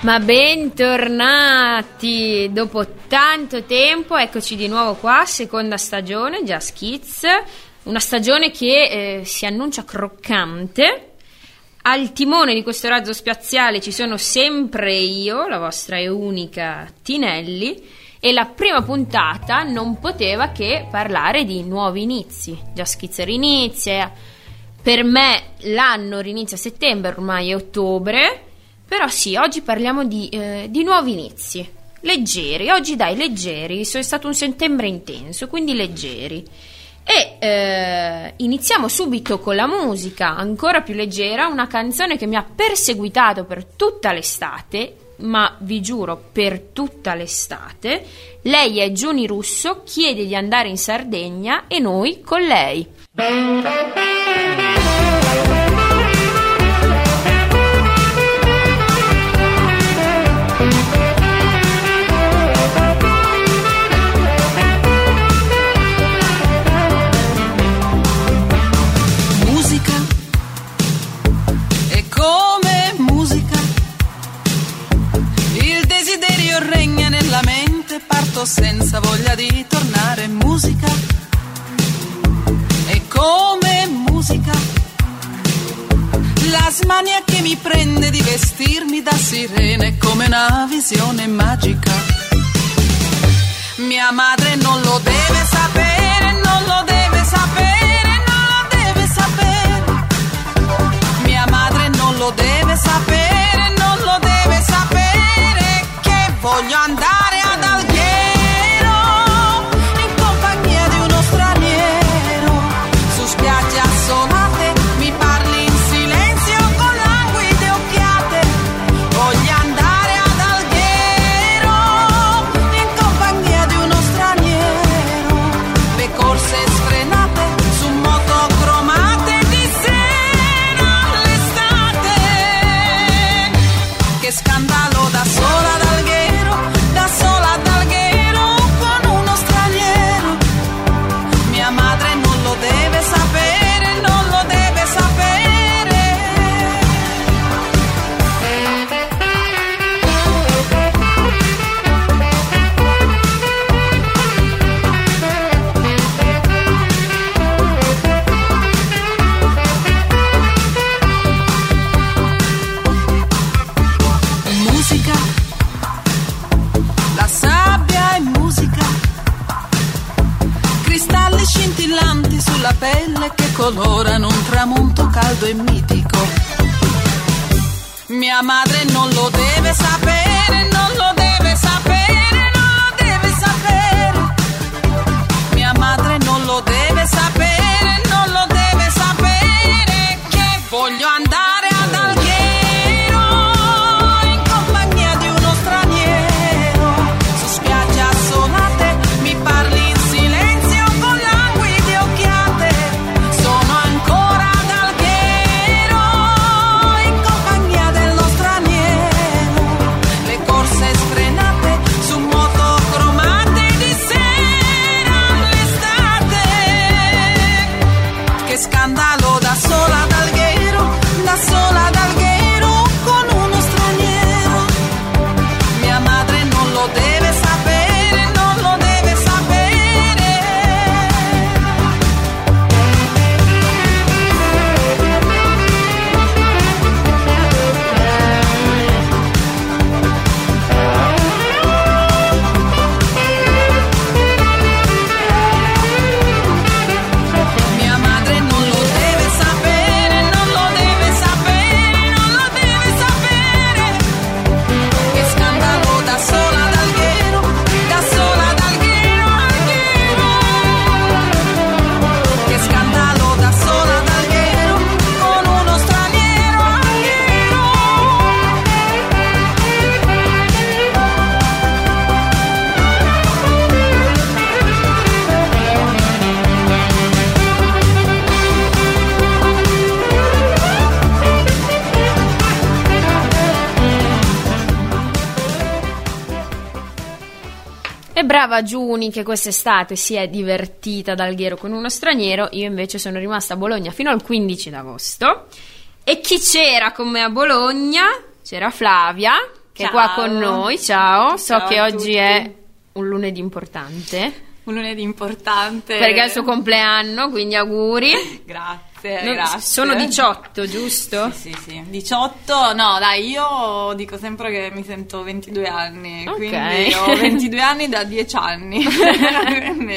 Ma bentornati! Dopo tanto tempo, eccoci di nuovo qua, seconda stagione, Just Kids, una stagione che si annuncia croccante. Al timone di questo razzo spaziale ci sono sempre io, la vostra e unica Tinelli, e la prima puntata non poteva che parlare di nuovi inizi. Just Kids rinizia, per me l'anno rinizia a settembre, ormai è ottobre. Però sì, oggi parliamo di nuovi inizi, leggeri, oggi dai, leggeri, è stato un settembre intenso, quindi leggeri. E iniziamo subito con la musica, ancora più leggera, una canzone che mi ha perseguitato per tutta l'estate, ma vi giuro per tutta l'estate. Lei è Giuni Russo, chiede di andare in Sardegna e noi con lei. Regna nella mente, parto senza voglia di tornare. Musica è come musica, la smania che mi prende di vestirmi da sirene, come una visione magica. Mia madre non lo deve sapere, non lo deve sapere, non lo deve sapere. Mia madre non lo deve sapere, non lo deve sapere. Voglio andare ad Alghero in compagnia di uno straniero, su spiagge assolate mi parli in silenzio con languide occhiate. Voglio andare ad Alghero in compagnia di uno straniero, le corse sfrenate su moto cromate di sera all'estate. Che scandalo da sola ad Alghero, sola ad Alghero con uno straniero. Mia madre non lo deve sapere, non lo deve sapere. Musica, la sabbia è musica, cristalli scintillanti sulla pelle che colorano un tramonto caldo e mitico. Mia madre non lo deve sapere, non lo deve sapere, non lo deve sapere. Mia madre non lo deve sapere, non lo deve sapere. Che voglio andare ad Alghero in compagnia di uno straniero, su spiagge assolate mi parli in silenzio con languide occhiate. Sono ancora ad Alghero in compagnia dello straniero, le corse sfrenate su moto cromate di sera all'estate. Che scandalo da sola ad Alghero, da sola ad Alghero con uno straniero. Mia madre non lo deve sapere, non lo deve sapere. Mia madre non lo deve sapere, non lo deve sapere, non lo deve sapere. Che scandalo da sola ad Alghero, da sola ad Alghero, Alghero. Che scandalo da sola ad Alghero con uno straniero, Alghero. E brava Giuni che quest'estate si è divertita ad Alghero con uno straniero. Io invece sono rimasta a Bologna fino al 15 d'agosto. E chi c'era con me a Bologna? C'era Flavia, che è qua con noi. Ciao, so Ciao che a oggi tutti. è un lunedì importante. Un lunedì importante. Perché è il suo compleanno, quindi auguri. Grazie. Sono 18, giusto? Sì. 18, no dai, io dico sempre che mi sento 22 anni, Ok. quindi ho 22 anni da 10 anni. Quindi...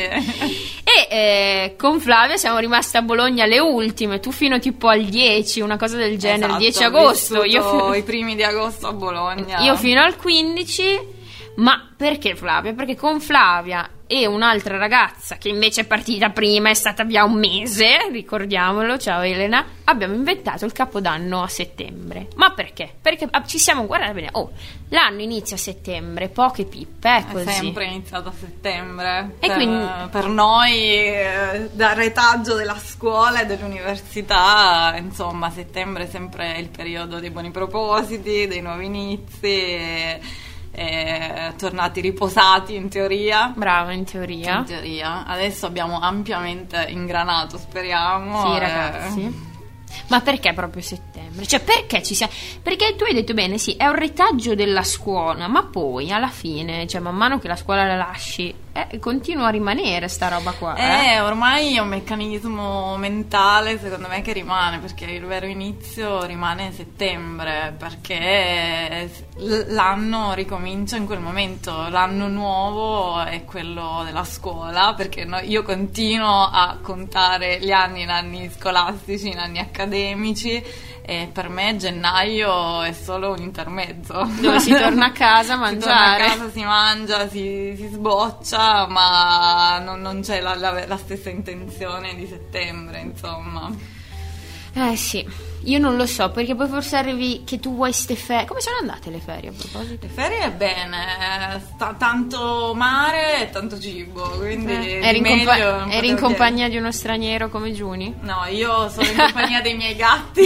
E con Flavia siamo rimaste a Bologna le ultime, tu fino tipo al 10, una cosa del genere, Esatto, 10 ho agosto. vissuto i primi di agosto a Bologna. Io fino al 15. Ma perché Flavia? Perché con Flavia e un'altra ragazza che invece è partita prima, è stata via un mese, ricordiamolo, ciao Elena, abbiamo inventato il Capodanno a settembre. Ma perché? Perché ci siamo guardati bene. Oh, l'anno inizia a settembre, poche pippe, è così. È sempre iniziato a settembre. E quindi... per noi, dal retaggio della scuola e dell'università, insomma, settembre è sempre il periodo dei buoni propositi, dei nuovi inizi. Tornati riposati in teoria. Brava, in teoria. Adesso abbiamo ampiamente ingranato, speriamo. Sì, ragazzi. Ma perché proprio settembre? Cioè, perché ci siamo? Perché tu hai detto bene, sì, è un retaggio della scuola, ma poi alla fine, cioè man mano che la scuola la lasci, continua a rimanere sta roba qua. Ormai è un meccanismo mentale, secondo me, che rimane, perché il vero inizio rimane settembre, perché l'anno ricomincia in quel momento, l'anno nuovo è quello della scuola, perché io continuo a contare gli anni in anni scolastici, in anni accademici, e per me gennaio è solo un intermezzo dove si torna a casa a mangiare. Si torna a casa, si mangia, si sboccia, ma non c'è la stessa intenzione di settembre, insomma. Sì, io non lo so, perché poi forse arrivi che tu vuoi ste ferie. Come sono andate le ferie a proposito? Le ferie bene, tanto mare e tanto cibo, quindi eri in compagnia di uno straniero come Giuni? No, io sono in compagnia dei miei gatti,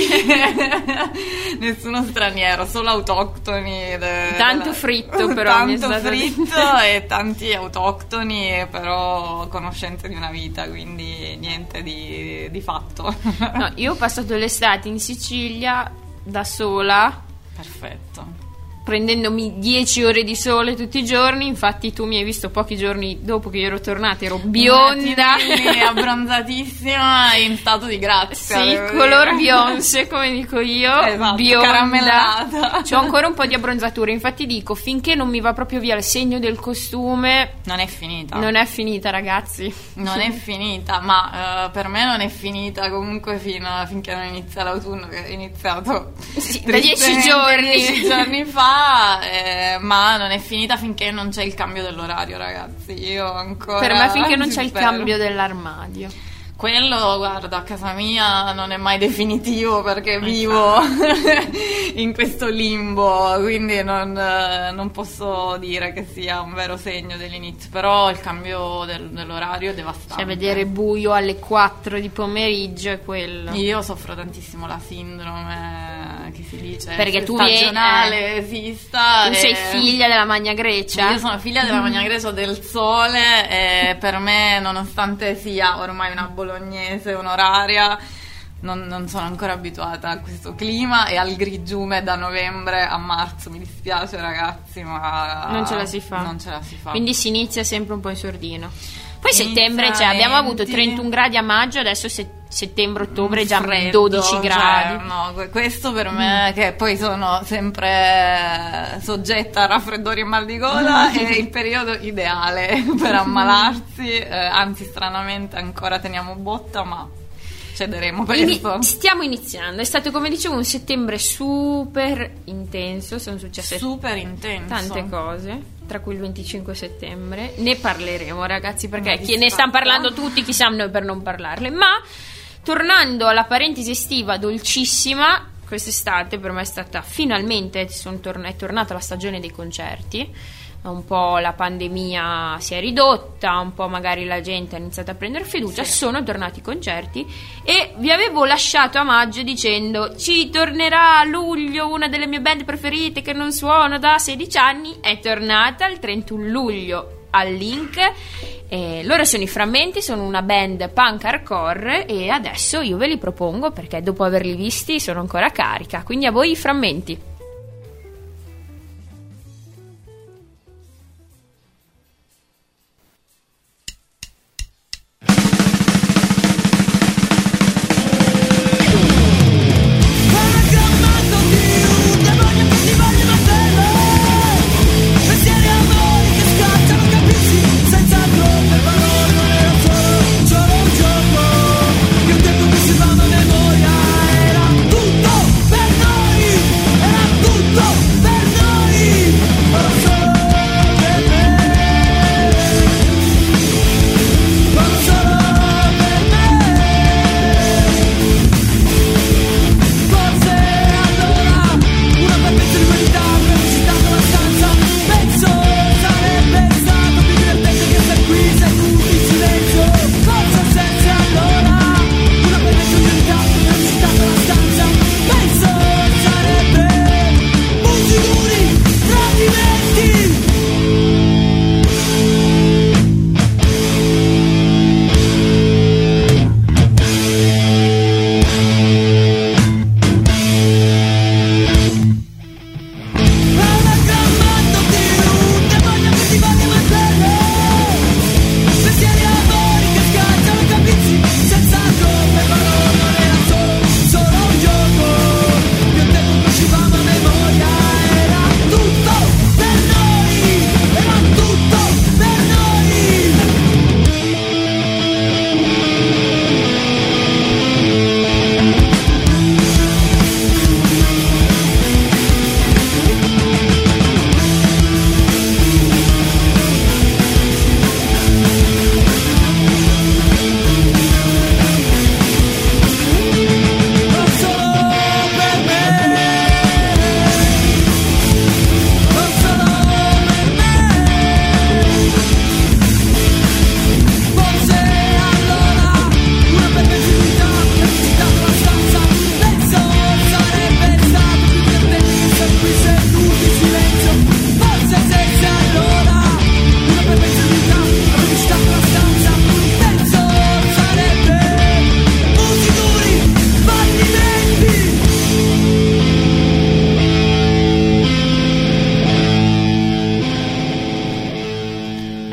nessuno straniero, solo autoctoni. Tanto fritto però. Tanto fritto e tanti autoctoni, però conoscenze di una vita, quindi niente di fatto. No, io ho passato l'estate in Sicilia da sola. Perfetto. Prendendomi 10 ore di sole tutti i giorni. Infatti tu mi hai visto pochi giorni dopo che io ero tornata, ero bionda, abbronzatissima, in stato di grazia. Sì, color Beyoncé, come dico io. Esatto, bionda, caramellata. c'ho ancora un po' di abbronzatura. Infatti dico, finché non mi va proprio via il segno del costume, non è finita. Non è finita, ragazzi. Non è finita, ma per me non è finita comunque finché non inizia l'autunno, che è iniziato da 10 giorni fa. Ma non è finita finché non c'è il cambio dell'orario, ragazzi. Io ancora. Per me finché non c'è il spero. cambio dell'armadio. Quello, guarda, a casa mia non è mai definitivo, perché vivo in questo limbo, quindi non posso dire che sia un vero segno dell'inizio, però il cambio dell'orario è devastante. Cioè, vedere buio alle 4 di pomeriggio è quello. Io soffro tantissimo la sindrome che si dice perché tu stagionale, fissa. Tu sei figlia della Magna Grecia? Io sono figlia della Magna Grecia, del sole, e per me, nonostante sia ormai una bolognese onoraria, non sono ancora abituata a questo clima e al grigiume da novembre a marzo. Mi dispiace, ragazzi, ma non ce la si fa. Quindi si inizia sempre un po' in sordino. Poi settembre, cioè, abbiamo avuto 31 gradi a maggio, adesso settembre-ottobre già freddo, 12 gradi. Cioè, no, questo per me, che poi sono sempre soggetta a raffreddori e mal di gola, è il periodo ideale per ammalarsi. Anzi, stranamente ancora teniamo botta, ma cederemo questo. Stiamo iniziando. È stato, come dicevo, un settembre super intenso. Sono successe super intenso tante cose, tra cui il 25 settembre. Ne parleremo, ragazzi, perché ne stanno parlando tutti, chi siamo noi per non parlarle. Ma tornando alla parentesi estiva dolcissima, quest'estate per me è stata finalmente è tornata la stagione dei concerti. Un po' la pandemia si è ridotta, un po' magari la gente ha iniziato a prendere fiducia, sì. Sono tornati i concerti e vi avevo lasciato a maggio dicendo ci tornerà a luglio una delle mie band preferite che non suono da 16 anni, è tornata il 31 luglio al Link. Loro sono i Frammenti, sono una band punk hardcore e adesso io ve li propongo perché dopo averli visti sono ancora carica, quindi a voi i Frammenti.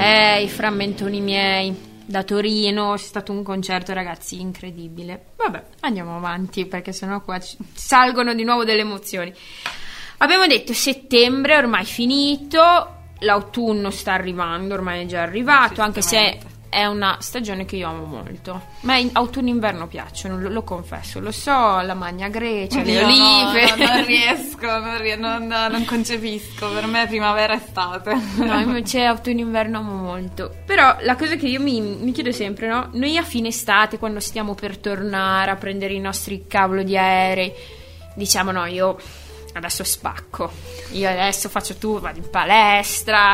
I frammentoni miei da Torino, c'è stato un concerto, ragazzi, incredibile. Vabbè, andiamo avanti perché sennò qua salgono di nuovo delle emozioni. Abbiamo detto settembre ormai finito, l'autunno sta arrivando, ormai è già arrivato, anche se è una stagione che io amo molto. Ma autunno-inverno piacciono, lo confesso, lo so, la magna Grecia, le olive. No, non riesco, non concepisco, per me primavera-estate. No, invece autunno-inverno amo molto. Però la cosa che io mi chiedo sempre, no? Noi a fine estate, quando stiamo per tornare a prendere i nostri cavolo di aerei, diciamo no, io adesso spacco, io adesso vado in palestra,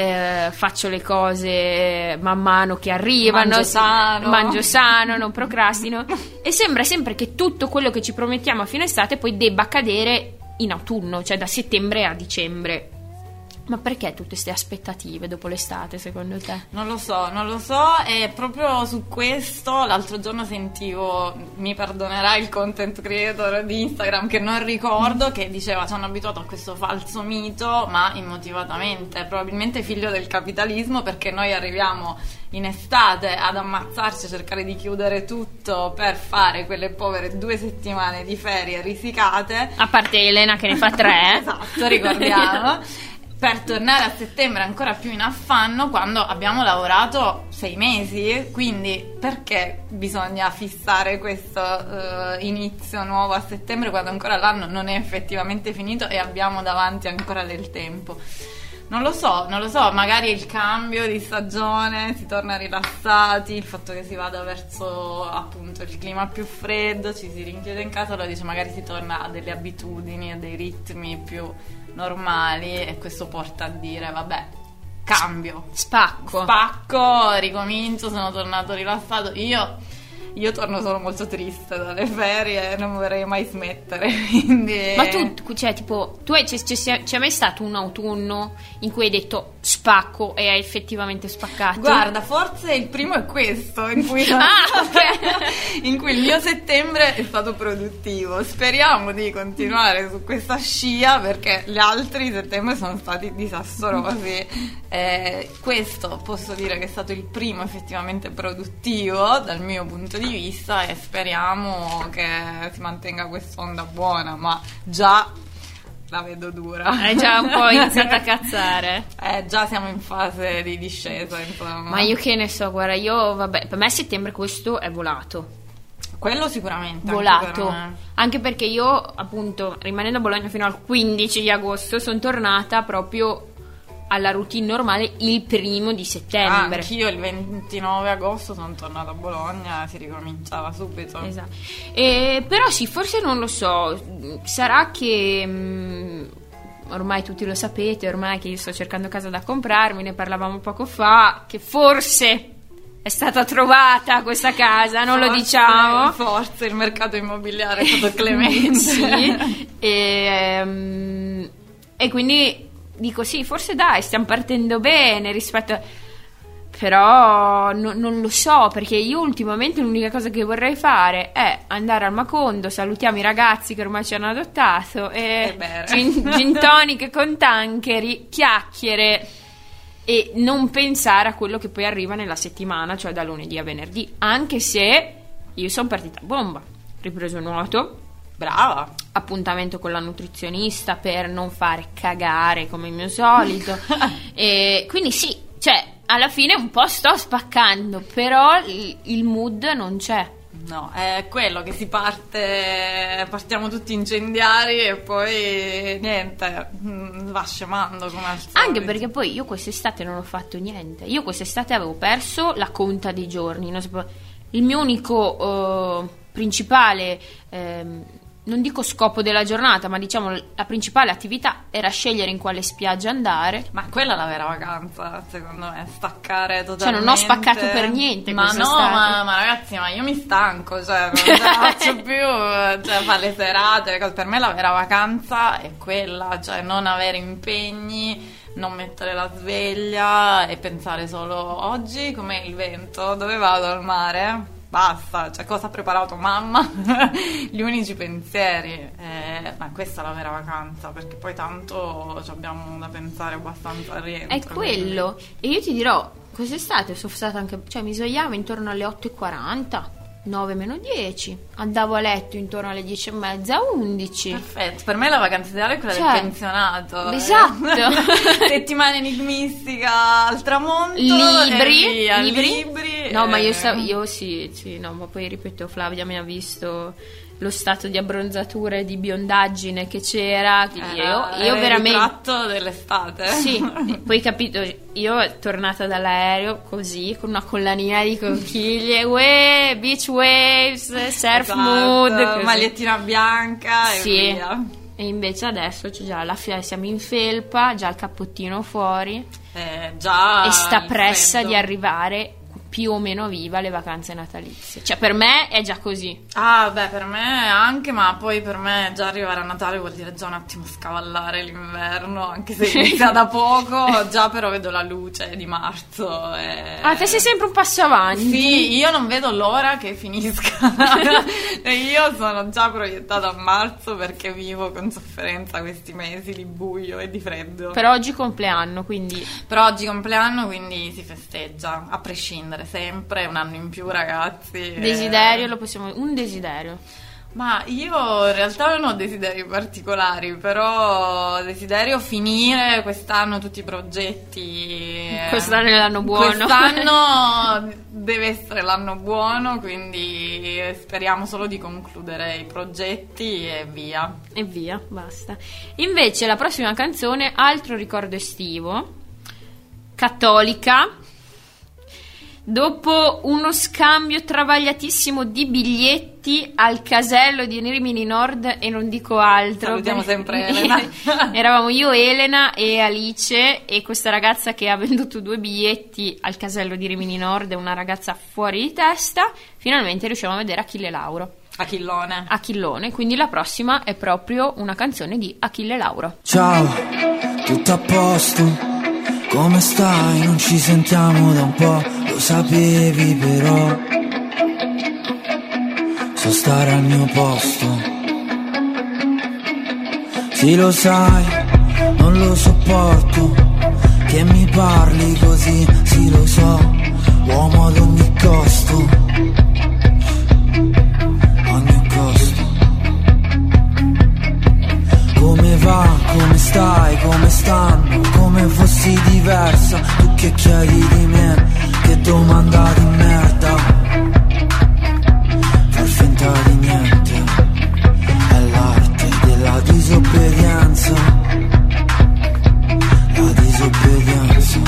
faccio le cose man mano che arrivano, mangio sano, non procrastino, e sembra sempre che tutto quello che ci promettiamo a fine estate poi debba accadere in autunno, cioè da settembre a dicembre. Ma perché tutte queste aspettative dopo l'estate, secondo te? Non lo so, e proprio su questo l'altro giorno sentivo, mi perdonerà il content creator di Instagram che non ricordo, che diceva ci hanno abituato a questo falso mito, ma immotivatamente, probabilmente figlio del capitalismo, perché noi arriviamo in estate ad ammazzarci, a cercare di chiudere tutto per fare quelle povere 2 settimane di ferie risicate. A parte Elena che ne fa 3. Esatto, ricordiamo. Per tornare a settembre ancora più in affanno quando abbiamo lavorato 6 mesi, quindi perché bisogna fissare questo inizio nuovo a settembre quando ancora l'anno non è effettivamente finito e abbiamo davanti ancora del tempo? Non lo so, magari il cambio di stagione, si torna rilassati, il fatto che si vada verso appunto il clima più freddo, ci si rinchiude in casa, lo dice, magari si torna a delle abitudini, a dei ritmi più normali, e questo porta a dire vabbè, cambio, spacco, ricomincio, sono tornato rilassato. Io torno solo molto triste dalle ferie e non vorrei mai smettere, quindi... Ma tu, cioè, tipo, c'è mai stato un autunno in cui hai detto spacco e hai effettivamente spaccato? Guarda, forse il primo è questo, in cui in cui il mio settembre è stato produttivo. Speriamo di continuare su questa scia, perché gli altri settembre sono stati disastrosi. Questo posso dire che è stato il primo effettivamente produttivo dal mio punto di vista, e speriamo che si mantenga quest'onda buona, ma già la vedo dura. Hai già un po' iniziato a cazzare. Già siamo in fase di discesa, insomma. Ma io che ne so, guarda, vabbè, per me settembre questo è volato. Quello sicuramente. Volato. Anche perché io, appunto, rimanendo a Bologna fino al 15 di agosto, sono tornata proprio alla routine normale il 1 di settembre. Anch'io il 29 agosto sono tornata a Bologna, si ricominciava subito. Esatto. Però sì, forse non lo so, sarà che ormai tutti lo sapete, ormai che io sto cercando casa da comprarmi, ne parlavamo poco fa, che forse è stata trovata questa casa, non lo diciamo. Forse il mercato immobiliare è stato clemente. Sì. E quindi dico sì, forse dai, stiamo partendo bene rispetto a... Però non lo so, perché io ultimamente l'unica cosa che vorrei fare è andare al Macondo, salutiamo i ragazzi che ormai ci hanno adottato, e gin tonic con tancheri, chiacchiere, e non pensare a quello che poi arriva nella settimana, cioè da lunedì a venerdì, anche se io sono partita a bomba, ripreso nuoto. Brava. Appuntamento con la nutrizionista per non fare cagare come il mio solito. E quindi sì, cioè alla fine un po' sto spaccando, però il mood non c'è. No, è quello che partiamo tutti incendiari e poi niente, va scemando come al solito. Anche perché poi io quest'estate non ho fatto niente. Io quest'estate avevo perso la conta dei giorni, non sapevo. Il mio unico principale non dico scopo della giornata, ma diciamo la principale attività era scegliere in quale spiaggia andare. Ma quella è la vera vacanza, secondo me, staccare totalmente. Cioè non ho spaccato per niente. Ma no, ma ragazzi, ma io mi stanco, cioè non ce la faccio più, cioè fare le serate, le cose. Per me la vera vacanza è quella, cioè non avere impegni, non mettere la sveglia e pensare solo oggi com'è il vento, dove vado al mare? basta, cioè cosa ha preparato mamma? Gli unici pensieri. Ma questa è la vera vacanza, perché poi tanto abbiamo da pensare abbastanza al rientro. È quello. E io ti dirò, quest'estate sono stata anche, cioè mi svegliavo intorno alle 8:40, 9 meno 10, andavo a letto intorno alle 10:30, 11. Perfetto, per me la vacanza ideale è quella Cioè, del pensionato. esatto. Settimana enigmistica al tramonto. Libri. No, ma io sì, no, ma poi ripeto, Flavia mi ha visto lo stato di abbronzatura e di biondaggine che c'era, quindi io veramente... il ritratto dell'estate. Sì, poi capito, io tornata dall'aereo così, con una collanina di conchiglie, beach waves, surf mood, così. Magliettina bianca e sì. via. E invece adesso c'è già siamo in felpa, già il cappottino fuori, già e sta il pressa freddo. di arrivare più o meno viva le vacanze natalizie. Cioè per me è già così. Ah beh, per me anche, ma poi per me già arrivare a Natale vuol dire già un attimo scavallare l'inverno, anche se inizia da poco, già però vedo la luce di marzo. Ah, te sei sempre un passo avanti. Sì, io non vedo l'ora che finisca. E io sono già proiettata a marzo perché vivo con sofferenza questi mesi di buio e di freddo. Per oggi compleanno, quindi... Però oggi compleanno, quindi si festeggia, a prescindere, sempre un anno in più, ragazzi. Desiderio, lo possiamo... Un desiderio. Ma io in realtà non ho desideri particolari, però desiderio finire quest'anno tutti i progetti. Quest'anno è l'anno buono. Quest'anno deve essere l'anno buono, quindi speriamo solo di concludere i progetti e via. E via, basta. Invece la prossima canzone, altro ricordo estivo, cattolica. Dopo uno scambio travagliatissimo di biglietti al casello di Rimini Nord, e non dico altro, salutiamo sempre Elena. Eravamo io, Elena e Alice, e questa ragazza che ha venduto 2 biglietti al casello di Rimini Nord, è una ragazza fuori di testa. Finalmente riusciamo a vedere Achille Lauro. Achillone, quindi la prossima è proprio una canzone di Achille Lauro. Ciao, tutto a posto? Come stai? Non ci sentiamo da un po', lo sapevi però. So stare al mio posto. Sì, lo sai, non lo sopporto che mi parli così. Sì, lo so, uomo ad ogni costo. Ogni costo. Come va? Come stai? Come stanno? Come fossi diversa, tu che chiedi di me, che domanda di merda. Far finta di niente, è l'arte della disobbedienza. La disobbedienza.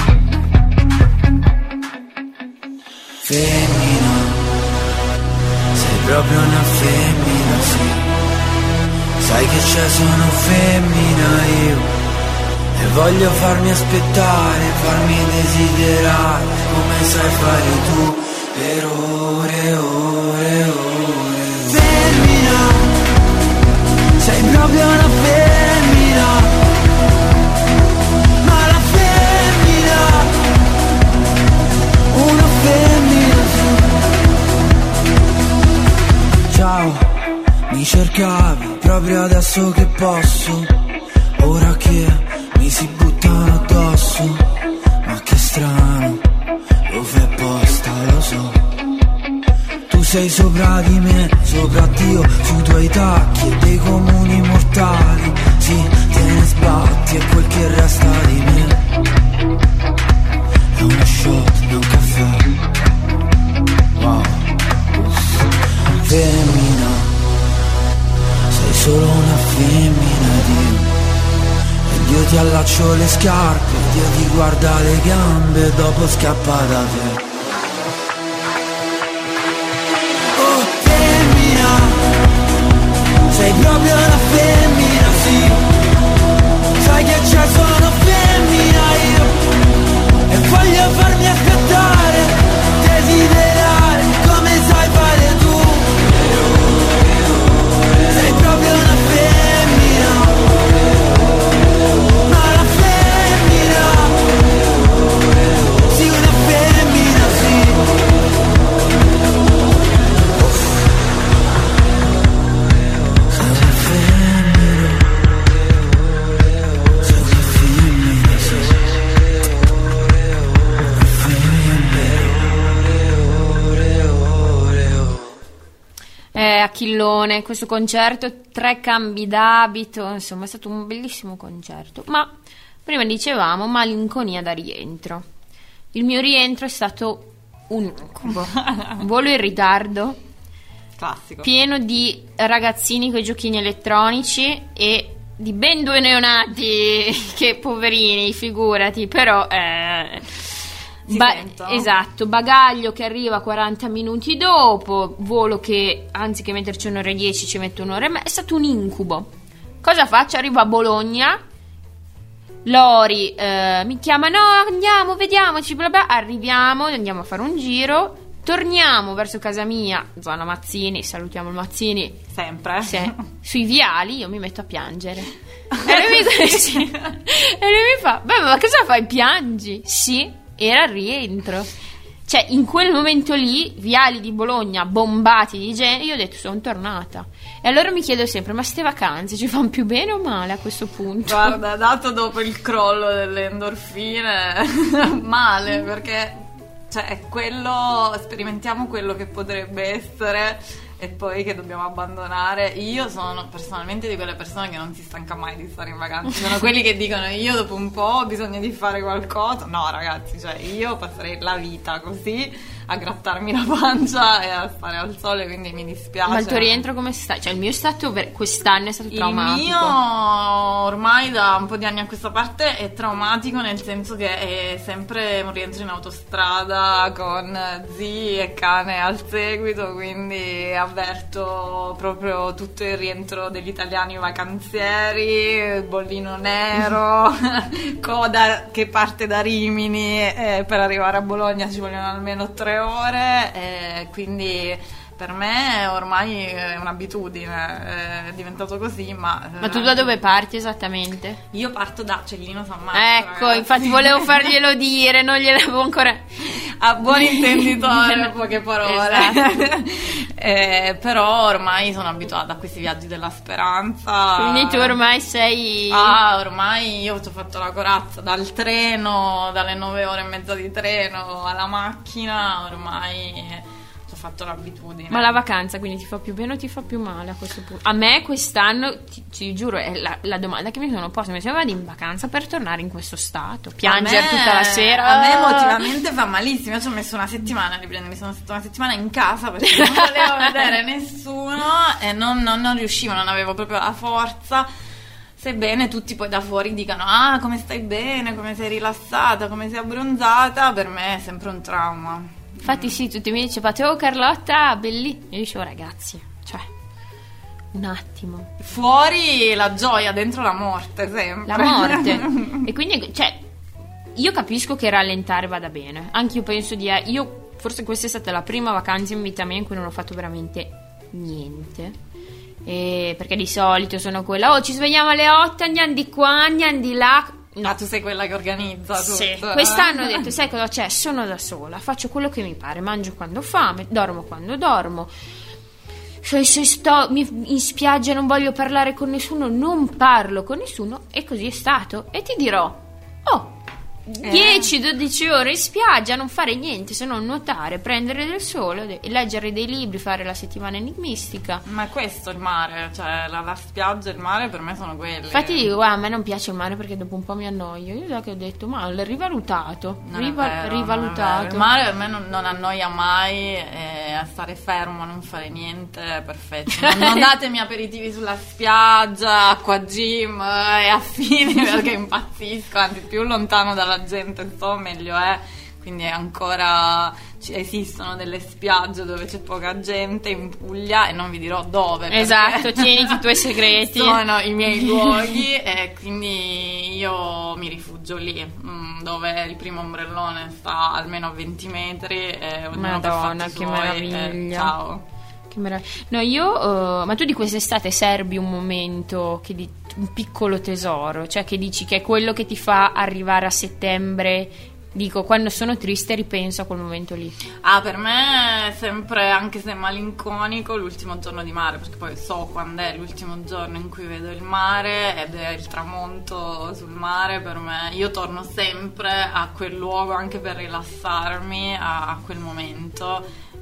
Femmina, sei proprio una femmina, sì. Sai che c'è, sono femmina io. E voglio farmi aspettare, farmi desiderare, come sai fare tu, per ore e ore e ore. Femmina, sei proprio una femmina, ma la femmina, una femmina sì. Ciao, mi cercavi proprio adesso che posso, ora che mi si buttano addosso, ma che strano, lo fai apposta, lo so. Tu sei sopra di me, sopra Dio, sui tuoi tacchi e dei comuni mortali. Sì, te ne sbatti e quel che resta di me è uno shot, è un caffè. Wow, femmina, sei solo una femmina, Dio. Dio ti allaccio le scarpe, Dio ti guarda le gambe e dopo scappa da te. Oh femmina, sei proprio una femmina, sì. Sai che c'è, sono femmina io. E voglio farmi aspettare, desiderare, come sai fare tu. Sei proprio una femmina. Castiglione, questo concerto, 3 cambi d'abito, insomma è stato un bellissimo concerto. Ma prima dicevamo malinconia da rientro. Il mio rientro è stato un incubo. Volo in ritardo, Classico. pieno di ragazzini con i giochini elettronici e di ben 2 neonati che poverini, figurati, però sentono. esatto, bagaglio che arriva 40 minuti dopo, volo che anziché metterci un'ora e 10 ci mette un'ora e mezza, è stato un incubo. Cosa faccio? Arrivo a Bologna, Lori mi chiama, no andiamo, vediamoci, bla bla, arriviamo, andiamo a fare un giro, torniamo verso casa mia, zona Mazzini, salutiamo il Mazzini, Sempre. sui viali, io mi metto a piangere. E lui mi fa, beh, ma cosa fai, piangi? Sì, era il rientro. Cioè, in quel momento lì, viali di Bologna bombati di gente, io ho detto, sono tornata. E allora mi chiedo sempre, ma ste vacanze ci fanno più bene o male a questo punto? Guarda, dato dopo il crollo delle endorfine, male, perché cioè è quello, sperimentiamo quello che potrebbe essere e poi che dobbiamo abbandonare. Io sono personalmente di quelle persone che non si stanca mai di stare in vacanza. Sono quelli che dicono io dopo un po' ho bisogno di fare qualcosa. No ragazzi, cioè io passerei la vita così a grattarmi la pancia e a stare al sole, quindi mi dispiace. Ma il tuo rientro come sta? Cioè il mio è stato quest'anno è stato traumatico. Il mio ormai da un po' di anni a questa parte è traumatico, nel senso che è sempre un rientro in autostrada con zii e cane al seguito, quindi avverto proprio tutto il rientro degli italiani vacanzieri, bollino nero, coda che parte da Rimini, per arrivare a Bologna ci vogliono almeno 3 ore, quindi per me ormai è un'abitudine, è diventato così. Ma tu da dove parti esattamente? Io parto da Cellino San Marco. Ecco, ragazzi. infatti volevo farglielo dire, non gliel'avevo ancora... A buon intenditore, poche parole. Esatto. Però ormai sono abituata a questi viaggi della speranza. Quindi tu ormai sei... Ormai io ci ho fatto la corazza dal treno, dalle 9 ore e mezza di treno alla macchina, ormai ci ho fatto l'abitudine. Ma la vacanza quindi ti fa più bene o ti fa più male a questo punto? A me quest'anno, ti giuro, è la domanda che mi sono posta. Mi sembra vado in vacanza per tornare in questo stato, piangere tutta la sera. A me emotivamente fa malissimo. Io ci ho messo una settimana a riprendermi, sono stata una settimana in casa perché non volevo vedere nessuno e non riuscivo, non avevo proprio la forza. Sebbene tutti poi da fuori dicano come stai bene, come sei rilassata, come sei abbronzata, per me è sempre un trauma. Infatti sì, tutti mi dicevate, oh Carlotta, bellissima. Io dicevo, ragazzi, cioè, un attimo. Fuori la gioia, dentro la morte sempre. La morte. E quindi, cioè, io capisco che rallentare vada bene. Anche io penso io, forse questa è stata la prima vacanza in vita mia in cui non ho fatto veramente niente. Perché di solito sono quella, ci svegliamo alle 8, andiamo di qua, andiamo di là. No, tu sei quella che organizza tutto. Sì. Quest'anno ho detto, sai cosa c'è? Sono da sola, faccio quello che mi pare, mangio quando ho fame, dormo quando dormo. Se sto in spiaggia e non voglio parlare con nessuno, non parlo con nessuno, e così è stato. E ti dirò, 10-12 ore in spiaggia, non fare niente se non nuotare, prendere del sole, leggere dei libri, fare la settimana enigmistica. Ma questo è il mare, cioè la spiaggia e il mare per me sono quelli. Infatti dico, a me non piace il mare perché dopo un po' mi annoio. Io da che ho detto, ma l'ho rivalutato. Non è vero, rivalutato. non è vero. Il mare per me non annoia mai, a stare fermo, a non fare niente, è perfetto. Non datemi aperitivi sulla spiaggia, acqua gym e affini perché impazzisco, anzi più lontano dalla gente sto meglio è. Quindi ancora esistono delle spiagge dove c'è poca gente in Puglia e non vi dirò dove. Esatto, tieniti i tuoi segreti. Sono i miei luoghi e quindi io mi rifugio lì, dove il primo ombrellone sta almeno a 20 metri e ognuno Madonna, che suoi, meraviglia. Ciao. Che meraviglia. No, io ma tu di quest'estate serbi un momento un piccolo tesoro, cioè che dici che è quello che ti fa arrivare a settembre. Dico, quando sono triste ripenso a quel momento lì. Per me è sempre, anche se malinconico, l'ultimo giorno di mare, perché poi so quando è l'ultimo giorno in cui vedo il mare ed è il tramonto sul mare. Per me, io torno sempre a quel luogo anche per rilassarmi a quel momento.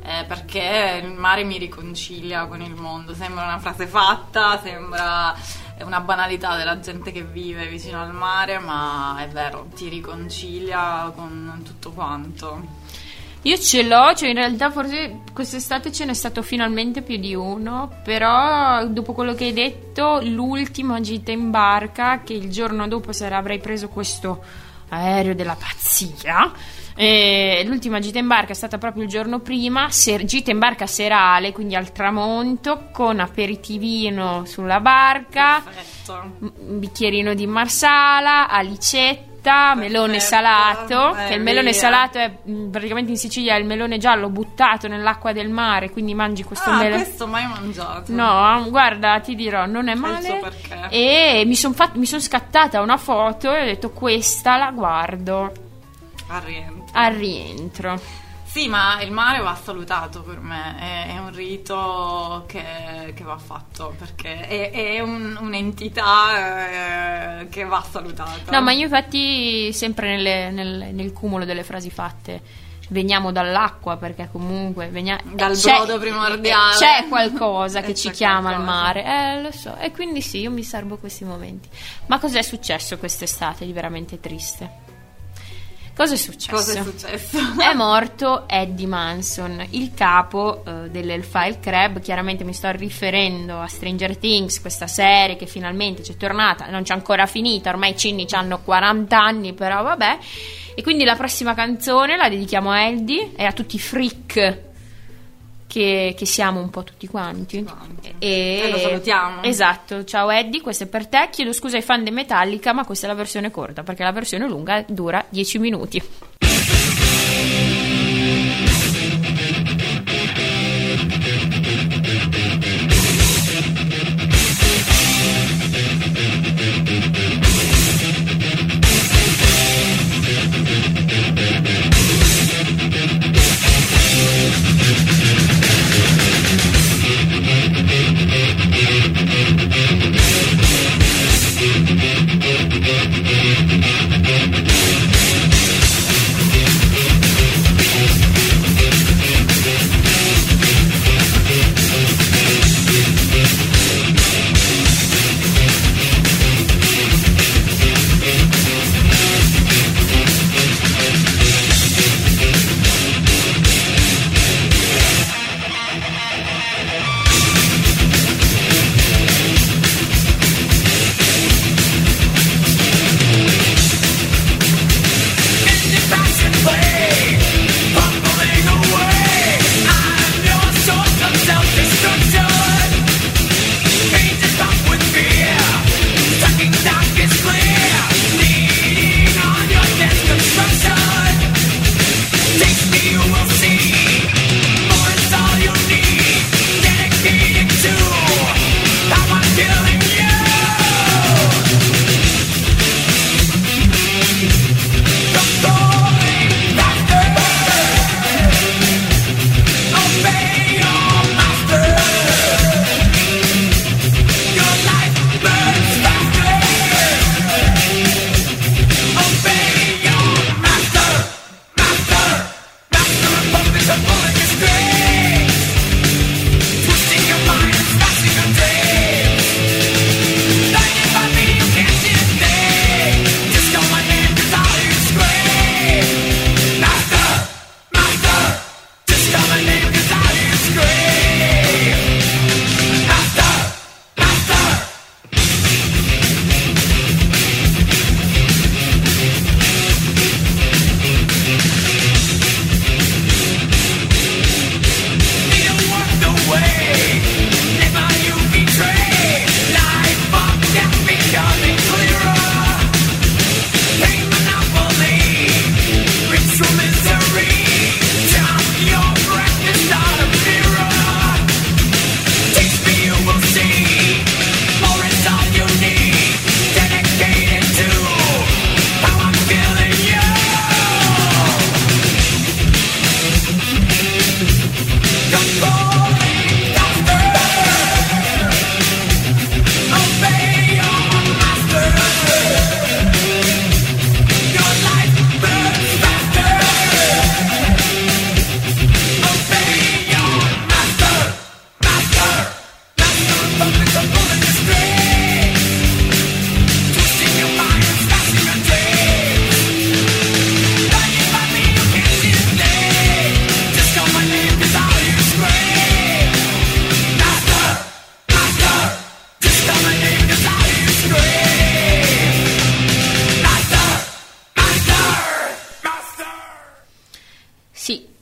perché il mare mi riconcilia con il mondo. Sembra una frase fatta, sembra una banalità della gente che vive vicino al mare, ma è vero, ti riconcilia con tutto quanto. Io ce l'ho, cioè in realtà forse quest'estate ce n'è stato finalmente più di uno, però dopo quello che hai detto, l'ultima gita in barca, che il giorno dopo avrei preso questo aereo della pazzia, l'ultima gita in barca è stata proprio il giorno prima, gita in barca serale, quindi al tramonto, con aperitivino sulla barca, Perfetto. un bicchierino di marsala, alicetta, melone salato, che il melone via. salato è praticamente in Sicilia è il melone giallo buttato nell'acqua del mare, quindi mangi questo melone. Questo mai mangiato. No, guarda, ti dirò, non è il male. suo perché. E mi son scattata una foto e ho detto questa la guardo al rientro. Sì, ma il mare va salutato per me, è un rito che va fatto, perché è un'entità che va salutata. No, ma io infatti sempre nel cumulo delle frasi fatte veniamo dall'acqua, perché comunque Dal brodo primordiale. c'è qualcosa che ci C'è chiama al qualcosa. mare, lo so, e quindi sì, io mi serbo questi momenti. Ma cos'è successo quest'estate di veramente triste? Cosa è successo? Cosa è successo? È morto Eddie Manson, il capo dell'Hellfire Club. Chiaramente mi sto riferendo a Stranger Things, questa serie che finalmente c'è tornata, non c'è ancora finita, ormai i Cinni hanno 40 anni, però vabbè. E quindi la prossima canzone la dedichiamo a Eddie e a tutti i freak che siamo un po' tutti quanti. E lo salutiamo. Esatto, ciao Eddie, questo è per te. Chiedo scusa ai fan di Metallica, ma questa è la versione corta, perché la versione lunga dura 10 minuti.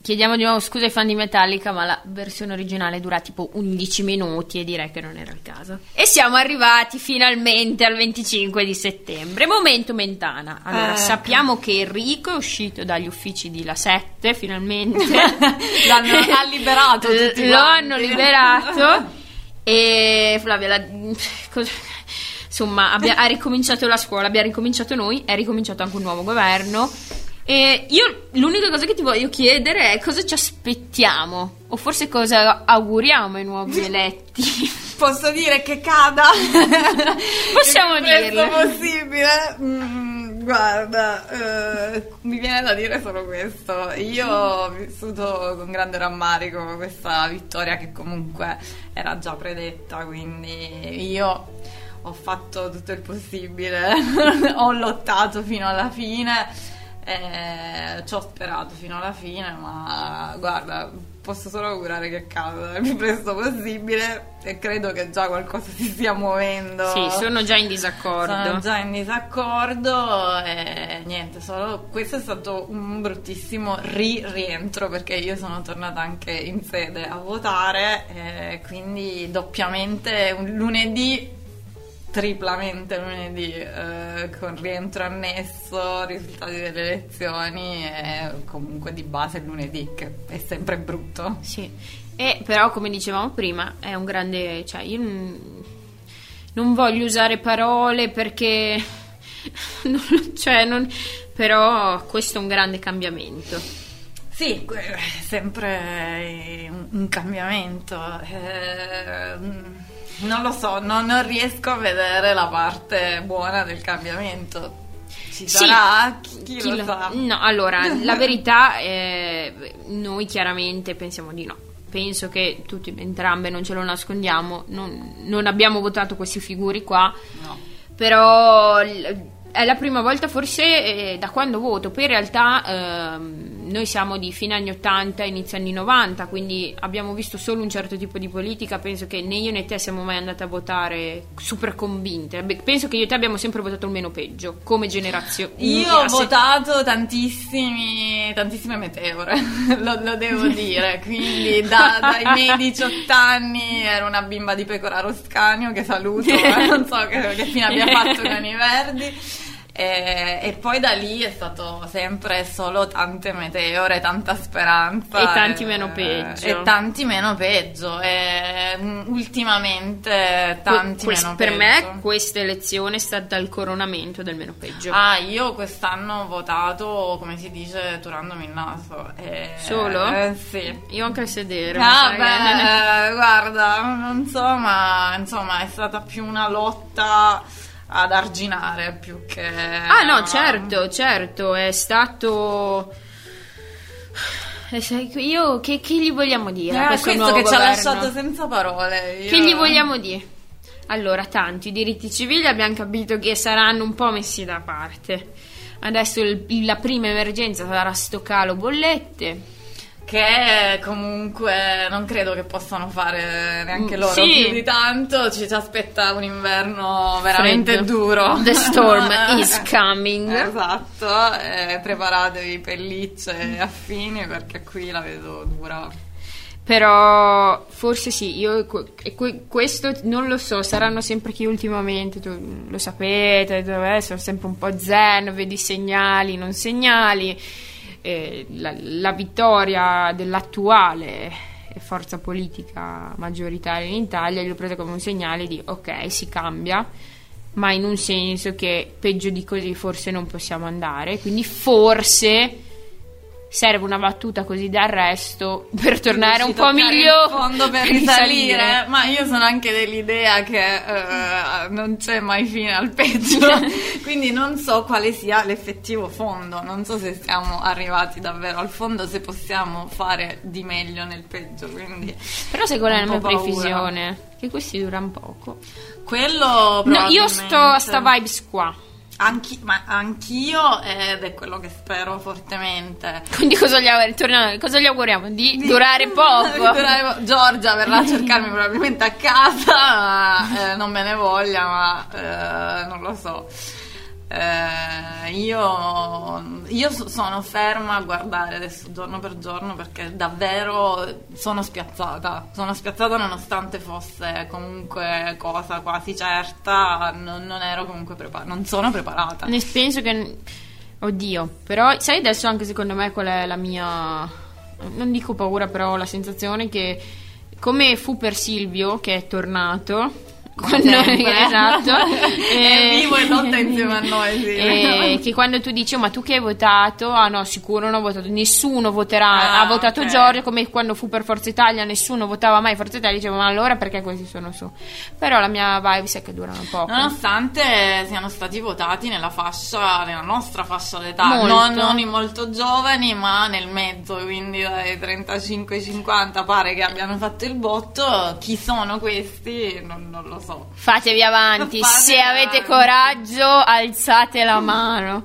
Chiediamo di nuovo scusa ai fan di Metallica, ma la versione originale dura tipo 11 minuti e direi che non era il caso. E siamo arrivati finalmente al 25 di settembre. Momento Mentana. Allora, sappiamo che Enrico è uscito dagli uffici di La 7, finalmente. Ha liberato tutti Lo hanno liberato. E Flavia, insomma, ha ricominciato la scuola, abbiamo ricominciato noi, è ricominciato anche un nuovo governo. E io l'unica cosa che ti voglio chiedere è cosa ci aspettiamo, o forse cosa auguriamo ai nuovi eletti. Posso dire che cada? Possiamo il più dirlo. presto possibile. Guarda, mi viene da dire solo questo. Io ho vissuto con grande rammarico questa vittoria che comunque era già predetta, quindi io ho fatto tutto il possibile, ho lottato fino alla fine. Ci ho sperato fino alla fine, ma guarda, posso solo augurare che accada il più presto possibile e credo che già qualcosa si stia muovendo. Sì, sono già in disaccordo. E niente, solo questo è stato un bruttissimo rientro perché io sono tornata anche in sede a votare, quindi doppiamente un lunedì, triplamente lunedì, con rientro annesso, risultati delle elezioni e comunque di base il lunedì, che è sempre brutto. Sì, e però come dicevamo prima è un grande, cioè io non voglio usare parole perché però questo è un grande cambiamento. Sì, sempre un cambiamento. Non lo so, non riesco a vedere la parte buona del cambiamento. Ci sarà? Chi lo sa? No, allora, la verità noi chiaramente pensiamo di no. Penso che tutti, entrambe, non ce lo nascondiamo, non abbiamo votato questi figuri qua. No. Però è la prima volta forse da quando voto. Poi in realtà noi siamo di fine anni 80, inizio anni 90, quindi abbiamo visto solo un certo tipo di politica. Penso che né io né te siamo mai andate a votare super convinte. Penso che io e te abbiamo sempre votato il meno peggio come generazione. Io ho votato tantissime meteore, lo devo dire, quindi dai miei 18 anni ero una bimba di Pecora Roscanio, che saluto, non so che fine abbia fatto Cani Verdi. E poi da lì è stato sempre solo tante meteore, tanta speranza e tanti meno peggio e ultimamente tanti meno per peggio. Me questa elezione è stata il coronamento del meno peggio. Io quest'anno ho votato, come si dice, turandomi il naso. Solo? Sì. Io anche a sedere. Guarda, non so, ma insomma è stata più una lotta ad arginare più che... no, certo, è stato... Io che gli vogliamo dire a questo nuovo che governo? Ci ha lasciato senza parole. Che gli vogliamo dire? Allora, tanti diritti civili abbiamo capito che saranno un po' messi da parte. Adesso la prima emergenza sarà sto calo bollette, che comunque non credo che possano fare neanche loro più di tanto. Ci aspetta un inverno veramente freddo. Duro. The storm is coming. Esatto, preparatevi pellicce e affini perché qui la vedo dura. Però forse sì, io questo non lo so, saranno sempre chi ultimamente, tu lo sapete, sono sempre un po' zen, vedi segnali, non segnali. La vittoria dell'attuale forza politica maggioritaria in Italia l'ho presa come un segnale di ok, si cambia, ma in un senso che peggio di così forse non possiamo andare, quindi forse serve una battuta così d'arresto per tornare un po' migliore, fondo per risalire. Ma io sono anche dell'idea che non c'è mai fine al peggio, quindi non so quale sia l'effettivo fondo, non so se siamo arrivati davvero al fondo, se possiamo fare di meglio nel peggio, quindi però secondo me è la mia previsione che questi durano poco, quello no, io sto a sta vibes qua. Anch'io, ed è quello che spero fortemente. Quindi cosa gli auguriamo? Di durare poco. Giorgia verrà a cercarmi probabilmente a casa, non me ne voglia, ma non lo so. Io sono ferma a guardare adesso giorno per giorno, perché davvero sono spiazzata nonostante fosse comunque cosa quasi certa. Non ero comunque preparata, non sono preparata. Ne penso che, oddio, però sai adesso anche secondo me qual è la mia, non dico paura, però la sensazione che, come fu per Silvio che è tornato esatto, è vivo e lotta insieme a noi, sì. Che quando tu dici ma tu che hai votato? Ah no, sicuro non ho votato, nessuno voterà, ha votato okay. Giorgio, come quando fu per Forza Italia nessuno votava mai Forza Italia, dicevo ma allora perché questi sono su? Però la mia vibe è che durano poco, nonostante siano stati votati nella nostra fascia d'età, non i molto giovani, ma nel mezzo, quindi dai 35 ai 50 pare che abbiano fatto il botto. Chi sono questi? Non lo so. Fatevi avanti, se avete coraggio alzate la mano.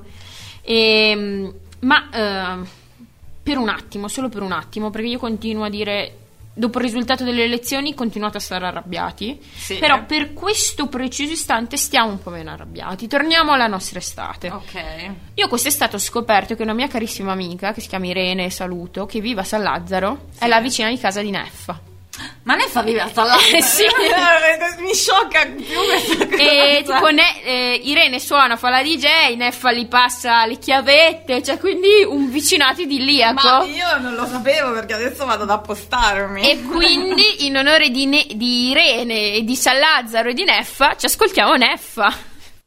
Per un attimo, solo per un attimo, perché io continuo a dire, dopo il risultato delle elezioni continuate a stare arrabbiati, sì, però per questo preciso istante stiamo un po' meno arrabbiati. Torniamo alla nostra estate. Ok. Io quest'estate ho scoperto che una mia carissima amica, che si chiama Irene, saluto, che vive a San Lazzaro, sì, è la vicina di casa di Neffa. Ma Neffa vive a San Lazzaro? Sì. Mi sciocca più questa cosa. E tipo Irene suona, fa la DJ, Neffa gli passa le chiavette, cioè quindi un vicinato idilliaco. Ma io non lo sapevo, perché adesso vado ad appostarmi. E quindi in onore di Irene e di San Lazzaro e di Neffa ci ascoltiamo Neffa.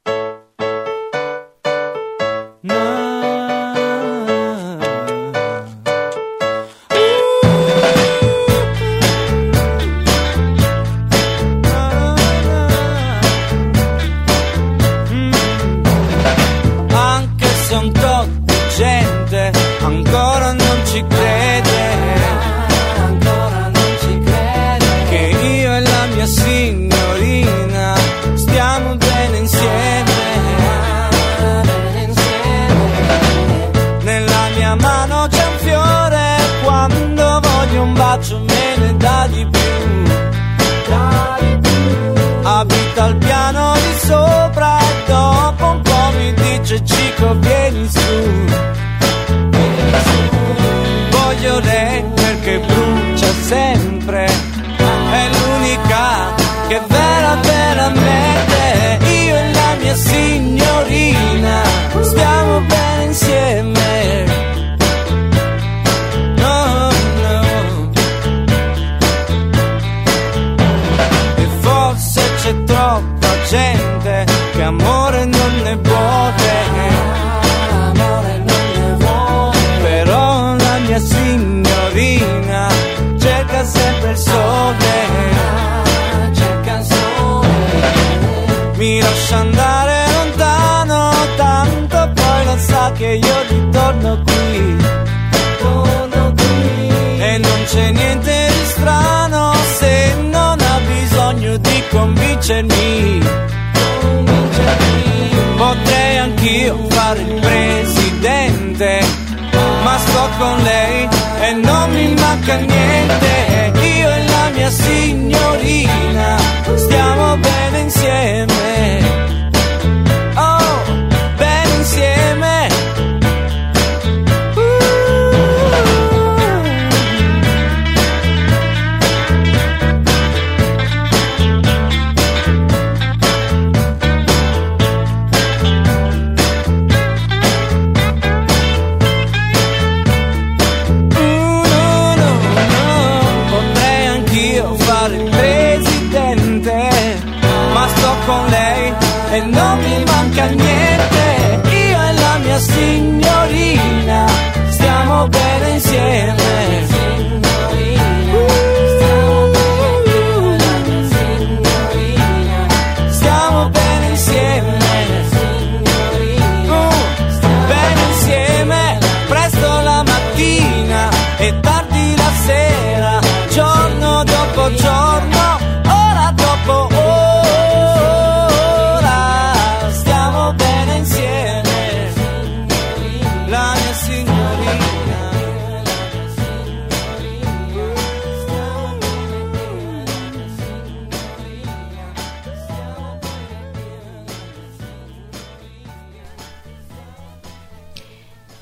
Me ne dà di più. Abita al piano di sopra e dopo un po' mi dice Cico vieni su. Voglio lei perché brucia sempre, è l'unica che veramente io e la mia signorina stiamo bene insieme. C'è troppa gente che amore non ne vuole, però la mia signorina cerca sempre il sole, mi lascia andare lontano, tanto poi lo sa che io ritorno qui, e non c'è niente di strano se non ha bisogno di convincermi. Potrei anch'io fare il presidente, ma sto con lei e non mi manca niente. Io e la mia signorina stiamo bene insieme. Oh, bene insieme. Con lei e non mi manca niente. Io e la mia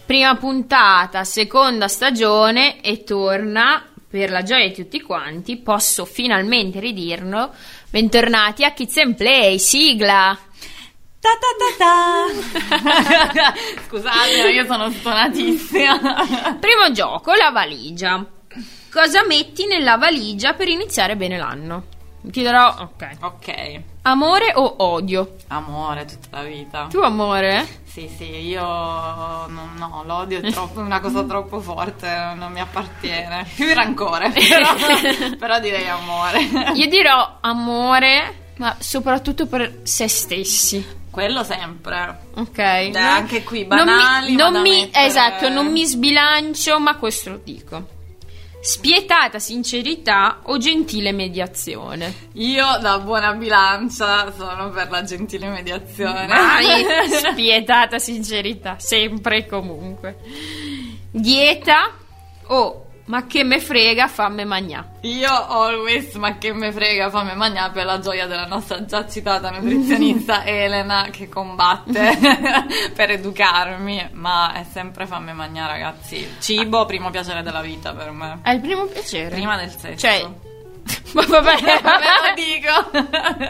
Prima puntata, seconda stagione e torna per la gioia di tutti quanti. Posso finalmente ridirlo. Bentornati a Kids and Play, sigla. Ta ta ta ta. Scusate, ma io sono stonatissima. Primo gioco, la valigia. Cosa metti nella valigia per iniziare bene l'anno? Ti darò, Ok. amore o odio? Amore tutta la vita. Tu amore? Sì, io no, l'odio è una cosa troppo forte, non mi appartiene. Più il rancore, però direi amore. Io dirò amore, ma soprattutto per se stessi. Quello sempre. Ok. Anche qui banali, esatto, non mi sbilancio, ma questo lo dico. Spietata sincerità o gentile mediazione? Io da buona bilancia sono per la gentile mediazione. Mai spietata sincerità, sempre e comunque. Dieta o ma che me frega, fammi magnà? Io always ma che me frega, fammi magnà, per la gioia della nostra già citata nutrizionista Elena, che combatte per educarmi, ma è sempre fammi magnà, ragazzi. Cibo, primo piacere della vita per me. È il primo piacere? Prima del sesso. Cioè, vabbè, lo dico.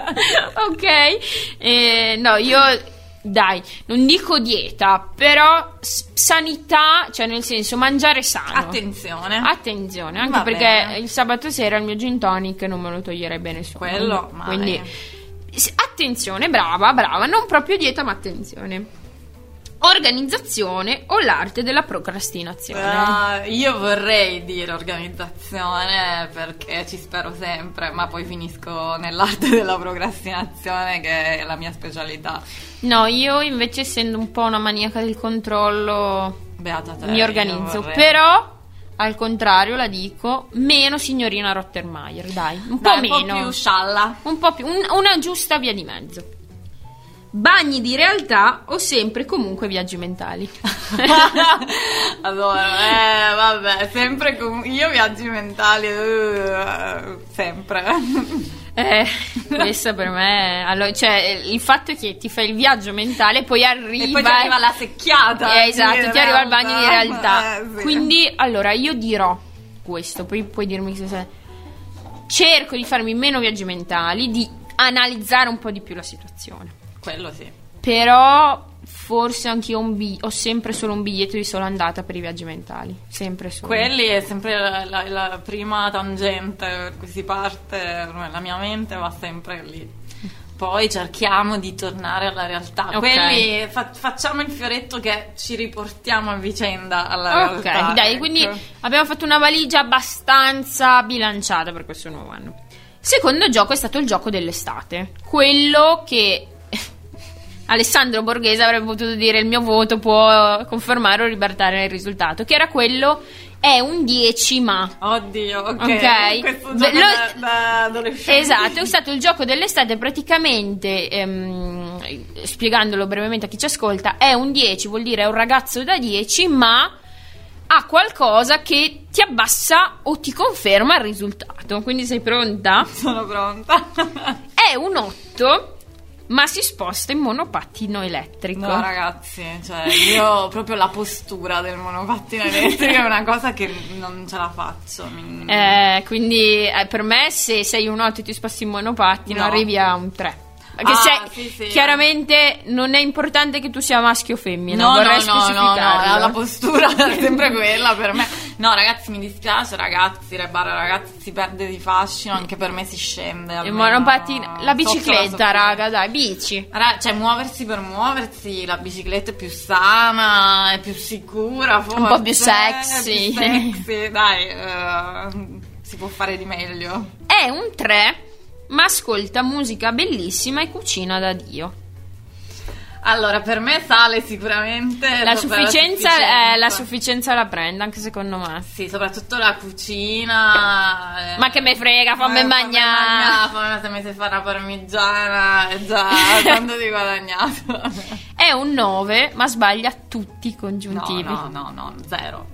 Ok. No, io dai, non dico dieta, però sanità, cioè nel senso mangiare sano. Attenzione, anche va perché bene. il sabato sera il mio gin tonic non me lo toglierebbe nessuno. Quello, male. Quindi attenzione, brava, non proprio dieta, ma attenzione. Organizzazione o l'arte della procrastinazione? Io vorrei dire organizzazione perché ci spero sempre, ma poi finisco nell'arte della procrastinazione, che è la mia specialità. No, io invece, essendo un po' una maniaca del controllo, Beata te, mi io organizzo. vorrei. Però al contrario, la dico, meno signorina Rottermeier, dai, un po' meno, un po' più scialla. un po' più, una giusta via di mezzo. Bagni di realtà o sempre e comunque viaggi mentali? Adoro, vabbè, sempre io viaggi mentali, sempre. Questa per me, allora, cioè, il fatto è che ti fai il viaggio mentale e poi arriva, E poi ti arriva la secchiata. esatto, ti arriva il bagno di realtà. Sì. Quindi, allora, io dirò questo, poi puoi dirmi se cerco di farmi meno viaggi mentali, di analizzare un po' di più la situazione. Quello sì. Però forse anch'io ho sempre solo un biglietto di sola andata per i viaggi mentali, sempre solo. Quelli è sempre la prima tangente per cui si parte, la mia mente va sempre lì. Poi cerchiamo di tornare alla realtà. Ok. Quelli facciamo il fioretto che ci riportiamo a vicenda alla realtà. Ok, dai, ecco. quindi abbiamo fatto una valigia abbastanza bilanciata per questo nuovo anno. Secondo gioco è stato il gioco dell'estate, quello che Alessandro Borghese avrebbe potuto dire il mio voto può confermare o ribaltare il risultato, che era quello è un 10 ma. Oddio, ok. Questo Beh, gioco da adolescente. Esatto, è stato il gioco dell'estate, praticamente spiegandolo brevemente a chi ci ascolta, è un 10, vuol dire è un ragazzo da 10 ma ha qualcosa che ti abbassa o ti conferma il risultato. Quindi sei pronta? Sono pronta. È un 8 ma si sposta in monopattino elettrico. No, ragazzi, cioè io proprio la postura del monopattino elettrico è una cosa che non ce la faccio. Quindi per me, se sei un 8 e ti sposti in monopattino, No. arrivi a un 3. Perché sì. chiaramente non è importante che tu sia maschio o femmina. Vorrei specificarlo. No, la postura è sempre quella per me. No, ragazzi, mi dispiace, ragazzi, ragazzi, si perde di fascino, anche per me si scende. Il almeno monopattino, la bicicletta, sotto la raga, dai, bici. Cioè, muoversi per muoversi, la bicicletta è più sana, è più sicura, forse. Un po' più sexy. Più sexy, dai, si può fare di meglio. È un 3, ma ascolta musica bellissima e cucina da Dio. Allora, per me sale sicuramente La sufficienza la prende, anche secondo me. Sì, soprattutto la cucina. Ma che me frega, fammi mangiare. Se mi sai fare una parmigiana, è già tanto di guadagnato. È un 9, ma sbaglia tutti i congiuntivi. No, zero.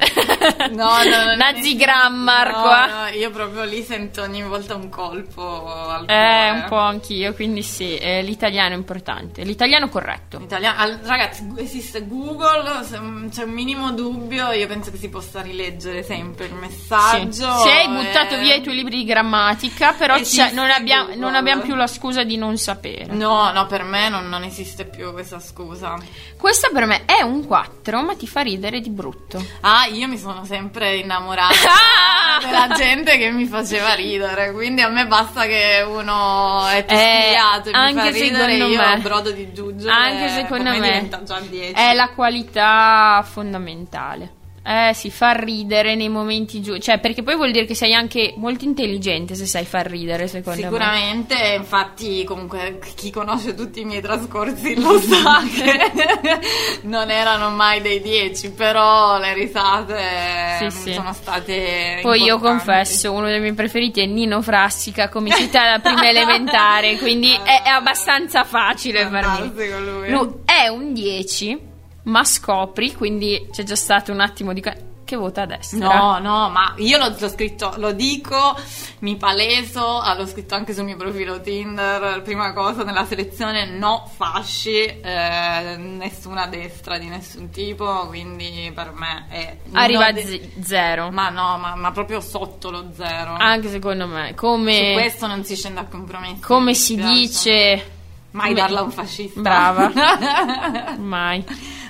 No, Nazi grammar no, qua. No, io proprio lì sento ogni volta un colpo al cuore. Un po' anch'io, quindi sì, l'italiano è importante. L'italiano corretto. corretto. Ragazzi, esiste Google, se c'è un minimo dubbio io penso che si possa rileggere sempre il messaggio. Se hai buttato via i tuoi libri di grammatica, però non abbiamo più la scusa di non sapere. No, per me non esiste più questa scusa. Questa per me è un 4, ma ti fa ridere di brutto. Io mi sono sempre innamorata della gente che mi faceva ridere, quindi a me basta che uno è studiato e mi fa ridere, io brodo di giuggiole. Anche secondo me diventa già 10. è la qualità fondamentale. Si fa ridere nei momenti giusti, cioè, perché poi vuol dire che sei anche molto intelligente se sai far ridere, secondo me. Sicuramente, infatti, comunque chi conosce tutti i miei trascorsi lo sa che non erano mai dei 10, però le risate sono state poi importanti. Io confesso, uno dei miei preferiti è Nino Frassica, comicità da prima elementare, quindi è abbastanza facile per me. Lui è un 10, ma scopri, quindi c'è già stato un attimo di che vota a destra. No, ma io l'ho scritto, lo dico, mi paleso, l'ho scritto anche sul mio profilo Tinder, prima cosa nella selezione, no fasci, nessuna destra di nessun tipo, quindi per me è arriva a 0. Ma no, ma proprio sotto lo 0. Anche secondo me, su questo non si scende a compromessi. Come si dice, mai darla a un fascista. Brava. Mai.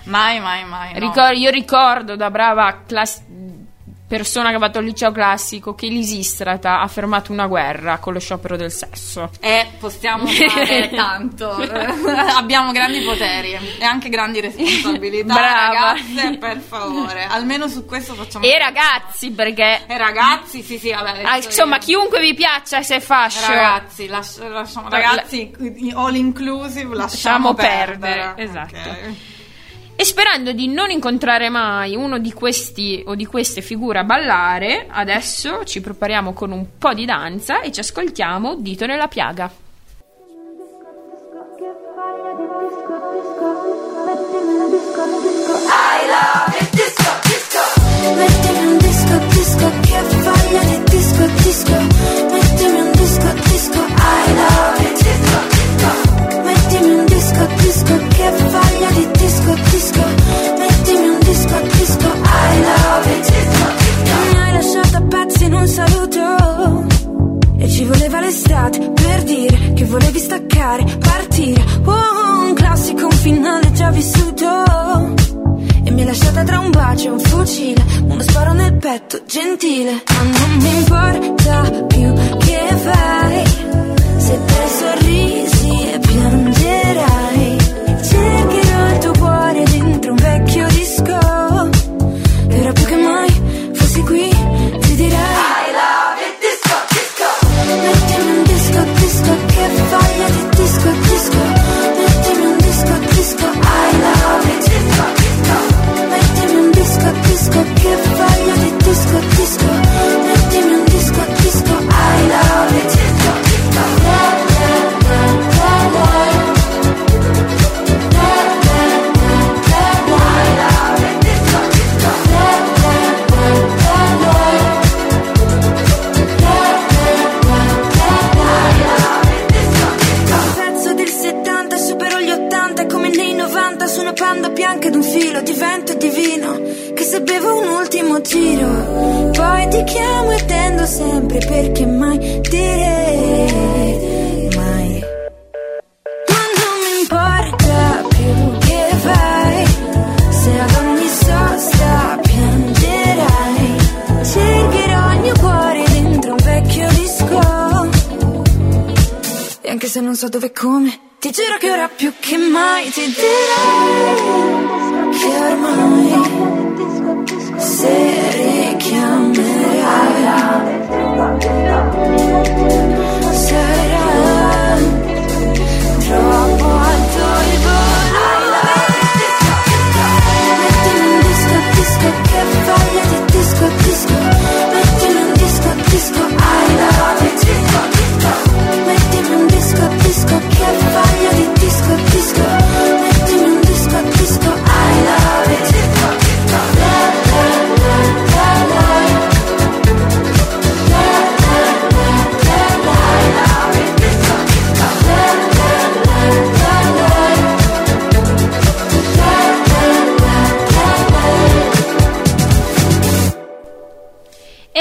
No. Io ricordo da brava persona che ha fatto il liceo classico che Lisistrata ha fermato una guerra con lo sciopero del sesso. Possiamo fare tanto. Abbiamo grandi poteri e anche grandi responsabilità. Brava. Ragazze, per favore, almeno su questo facciamo. E ragazzi, perché ragazzi, sì, vabbè. Insomma, chiunque vi piaccia se fascio. Ragazzi, lasciamo ragazzi, all inclusive, lasciamo perdere. Esatto. Okay. E sperando di non incontrare mai uno di questi o di queste figure a ballare, adesso ci prepariamo con un po' di danza e ci ascoltiamo Dito nella piaga. I love it, disco, disco. Mettimi un disco, disco, che voglia di disco, disco. Mettimi un disco, disco. I love it, disco, disco. Mettimi un disco, disco, che voglia di disco, disco. Mettimi un disco, disco. I love it, disco, disco. Mi hai lasciato a pezzi in un saluto e ci voleva l'estate per dire che volevi staccare, partire. Un classico, un finale già vissuto. E mi hai lasciata tra un bacio e un fucile, uno sparo nel petto, gentile. Ma non mi importa più che vai, se te sorrisi e piangerai. Cercherò il tuo cuore dentro un vecchio disco. E ora più che mai fossi qui, ti direi I love it, disco, disco. Mettimi un disco, disco, che voglia di disco, disco. Mettimi un disco, disco. I love it, disco, disco. Mettimi un disco, disco, che voglia di disco, disco. Mettimi un disco, disco. I love it, disco, disco. La la la la la. La la la la la. I love it, disco, disco. La la la la la. La la la la la. I love it, disco, disco. Un pezzo del 70 supero gli 80 come nei 90 su una panda bianca ed un filo di vento e di vino che se bevo un ultimo giro poi ti chiamo e tendo sempre perché mai dire mai. Ma non mi importa più che vai, se ad ogni sosta piangerai. Cercherò il mio cuore dentro un vecchio disco e anche se non so dove e come, ti giuro che ora più che mai ti direi che ormai se richiamerai sarà troppo alto il volo. Mettimi un disco, disco, che voglia di disco, disco. Mettimi un disco, disco. I love it, disco, disco. Mettimi un disco, disco, che voglia di disco, disco. Mettimi un disco, disco. I love it, disco, disco.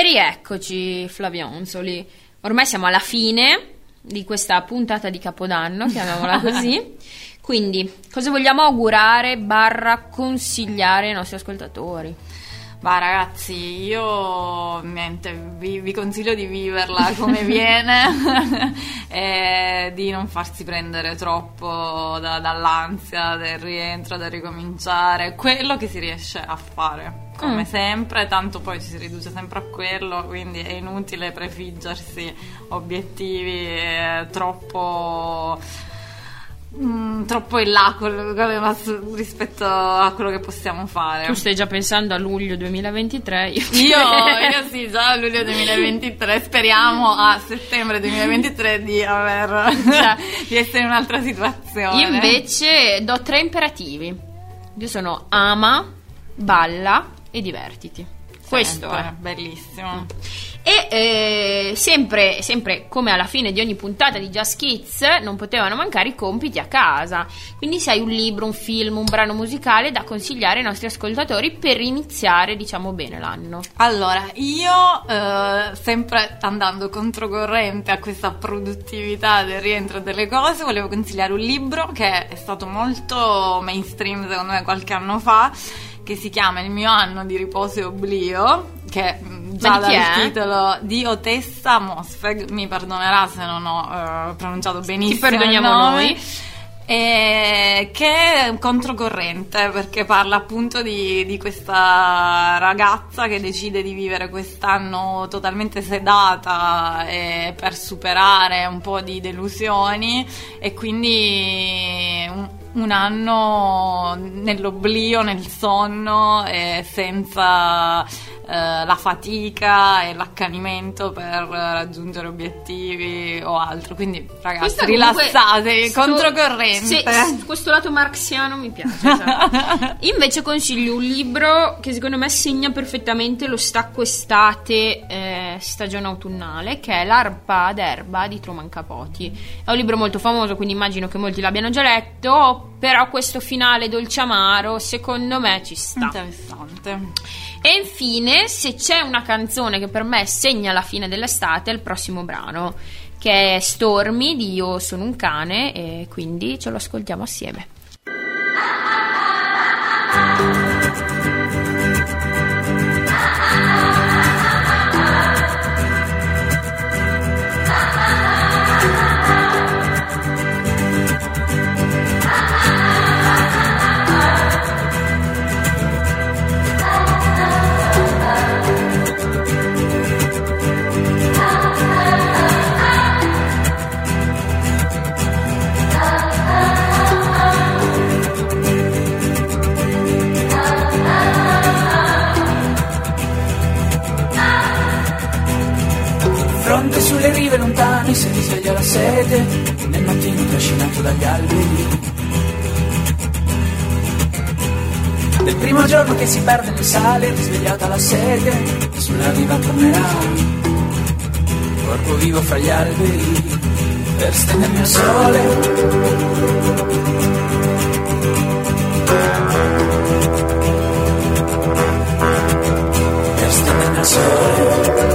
rieccoci, Flavionzoli. Ormai siamo alla fine di questa puntata di Capodanno, chiamiamola così. Quindi, cosa vogliamo augurare / consigliare ai nostri ascoltatori? Ma ragazzi, io vi consiglio di viverla come viene e di non farsi prendere troppo dall'ansia del rientro, del ricominciare, quello che si riesce a fare, come sempre, tanto poi ci si riduce sempre a quello, quindi è inutile prefiggersi obiettivi troppo in là rispetto a quello che possiamo fare. Tu stai già pensando a luglio 2023? Io sì, già a luglio 2023. Speriamo a settembre 2023 di essere in un'altra situazione. Io invece do 3 imperativi. Io sono ama, balla e divertiti. Questo è bellissimo. E sempre come alla fine di ogni puntata di Just Kids non potevano mancare i compiti a casa. Quindi se hai un libro, un film, un brano musicale da consigliare ai nostri ascoltatori per iniziare, diciamo, bene l'anno. Allora, io sempre andando controcorrente a questa produttività del rientro delle cose, volevo consigliare un libro che è stato molto mainstream secondo me qualche anno fa, che si chiama Il mio anno di riposo e oblio, che già dal titolo di Otessa Mossfegh, mi perdonerà se non ho pronunciato benissimo. Ti perdoniamo noi. Che è controcorrente, perché parla appunto di questa ragazza che decide di vivere quest'anno totalmente sedata per superare un po' di delusioni, e quindi un anno nell'oblio, nel sonno, e senza la fatica e l'accanimento per raggiungere obiettivi o altro. Quindi ragazzi, rilassatevi, controcorrente. Questo lato marxiano mi piace, cioè. Invece consiglio un libro che secondo me segna perfettamente lo stacco estate stagione autunnale, che è L'arpa d'erba di Truman Capote. È un libro molto famoso, quindi immagino che molti l'abbiano già letto, però questo finale dolce amaro secondo me ci sta. Interessante. E infine, se c'è una canzone che per me segna la fine dell'estate, è il prossimo brano, che è Stormy di Io sono un cane, e quindi ce lo ascoltiamo assieme. Fronte sulle rive lontane si risveglia la sete, nel mattino trascinato dagli alberi. Del primo giorno che si perde nel sale, risvegliata la sete, sulla riva tornerà, corpo vivo fra gli alberi, per stendermi al sole. Per stendermi al sole.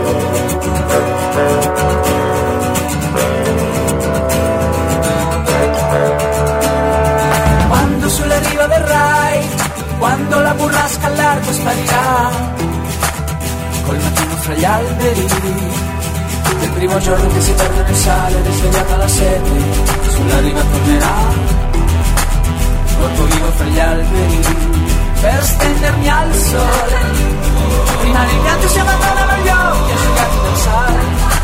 Quando sulla riva verrai, quando la burrasca al largo sparirà, col mattino fra gli alberi, del primo giorno che si perde nel sale, risvegliata la sete, sulla riva tornerà, corpo vivo fra gli alberi, per stendermi al sole. Prima nei pianti si abbandonano gli occhi asciugati dal sale,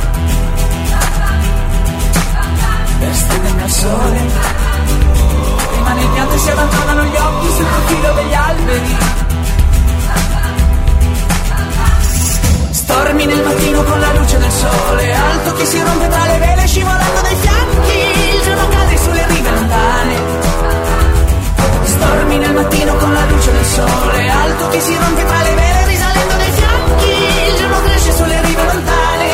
per stendermi al sole. Prima nei pianti si abbandonano gli occhi sul profilo degli alberi. Stormi nel mattino con la luce del sole, alto che si rompe tra le vele scivolando dai fianchi, il giorno cade sulle rive lontane. Stormi nel mattino con la luce del sole, alto che si rompe tra le vele risalendo dai fianchi, il giorno cresce sulle rive lontane.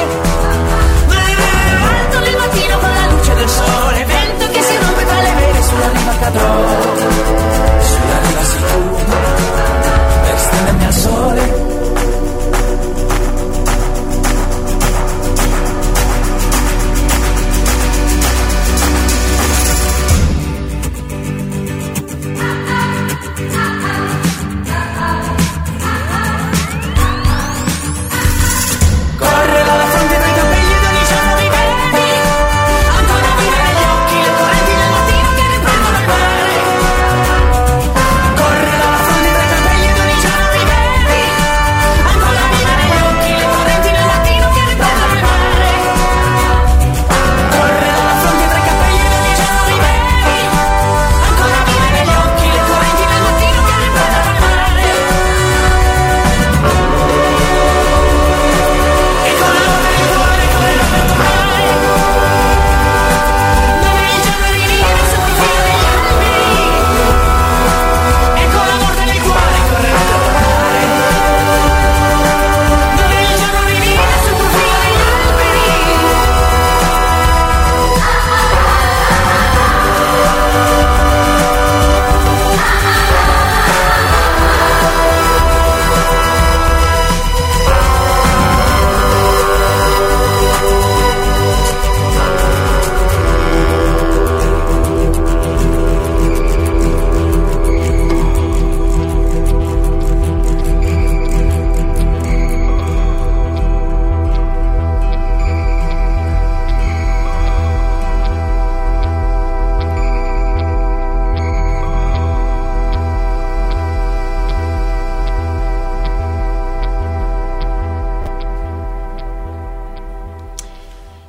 Alto nel mattino con la luce del sole, vento che si rompe tra le vele, sulla riva cadrò, sulla riva sicura, per stendermi al sole.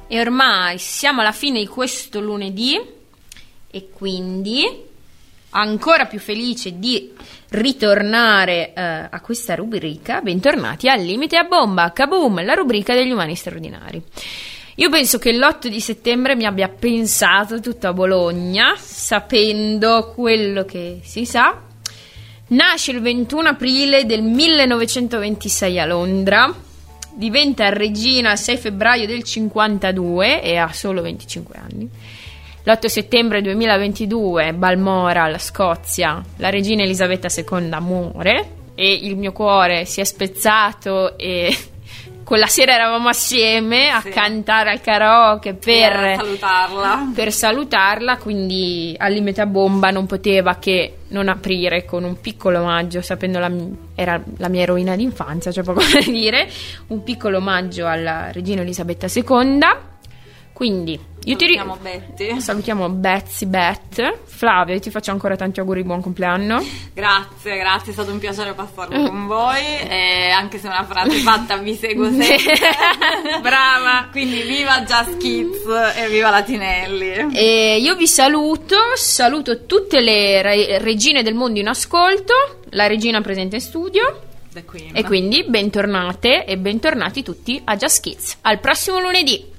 E ormai siamo alla fine di questo lunedì e quindi ancora più felice di ritornare a questa rubrica. Bentornati al Limite a Bomba, Kaboom, la rubrica degli umani straordinari. Io penso che l'8 di settembre mi abbia pensato tutto a Bologna, sapendo quello che si sa. Nasce il 21 aprile del 1926 a Londra, diventa regina il 6 febbraio del 52 e ha solo 25 anni. L'8 settembre 2022, Balmoral, Scozia, la regina Elisabetta II muore e il mio cuore si è spezzato e quella sera eravamo assieme a cantare al karaoke per salutarla, quindi al Limite a Bomba non poteva che non aprire con un piccolo omaggio, sapendo era la mia eroina d'infanzia, c'è poco da dire, un piccolo omaggio alla regina Elisabetta II. Quindi salutiamo Betsy Bet. Flavio, ti faccio ancora tanti auguri, buon compleanno. Grazie, è stato un piacere passarlo con voi, e anche se una frase fatta vi seguo sempre. Brava. Quindi viva Just Kids e viva Latinelli. E io vi saluto tutte le regine del mondo in ascolto, la regina presente in studio, The Queen. E quindi bentornate e bentornati tutti a Just Kids. Al prossimo lunedì.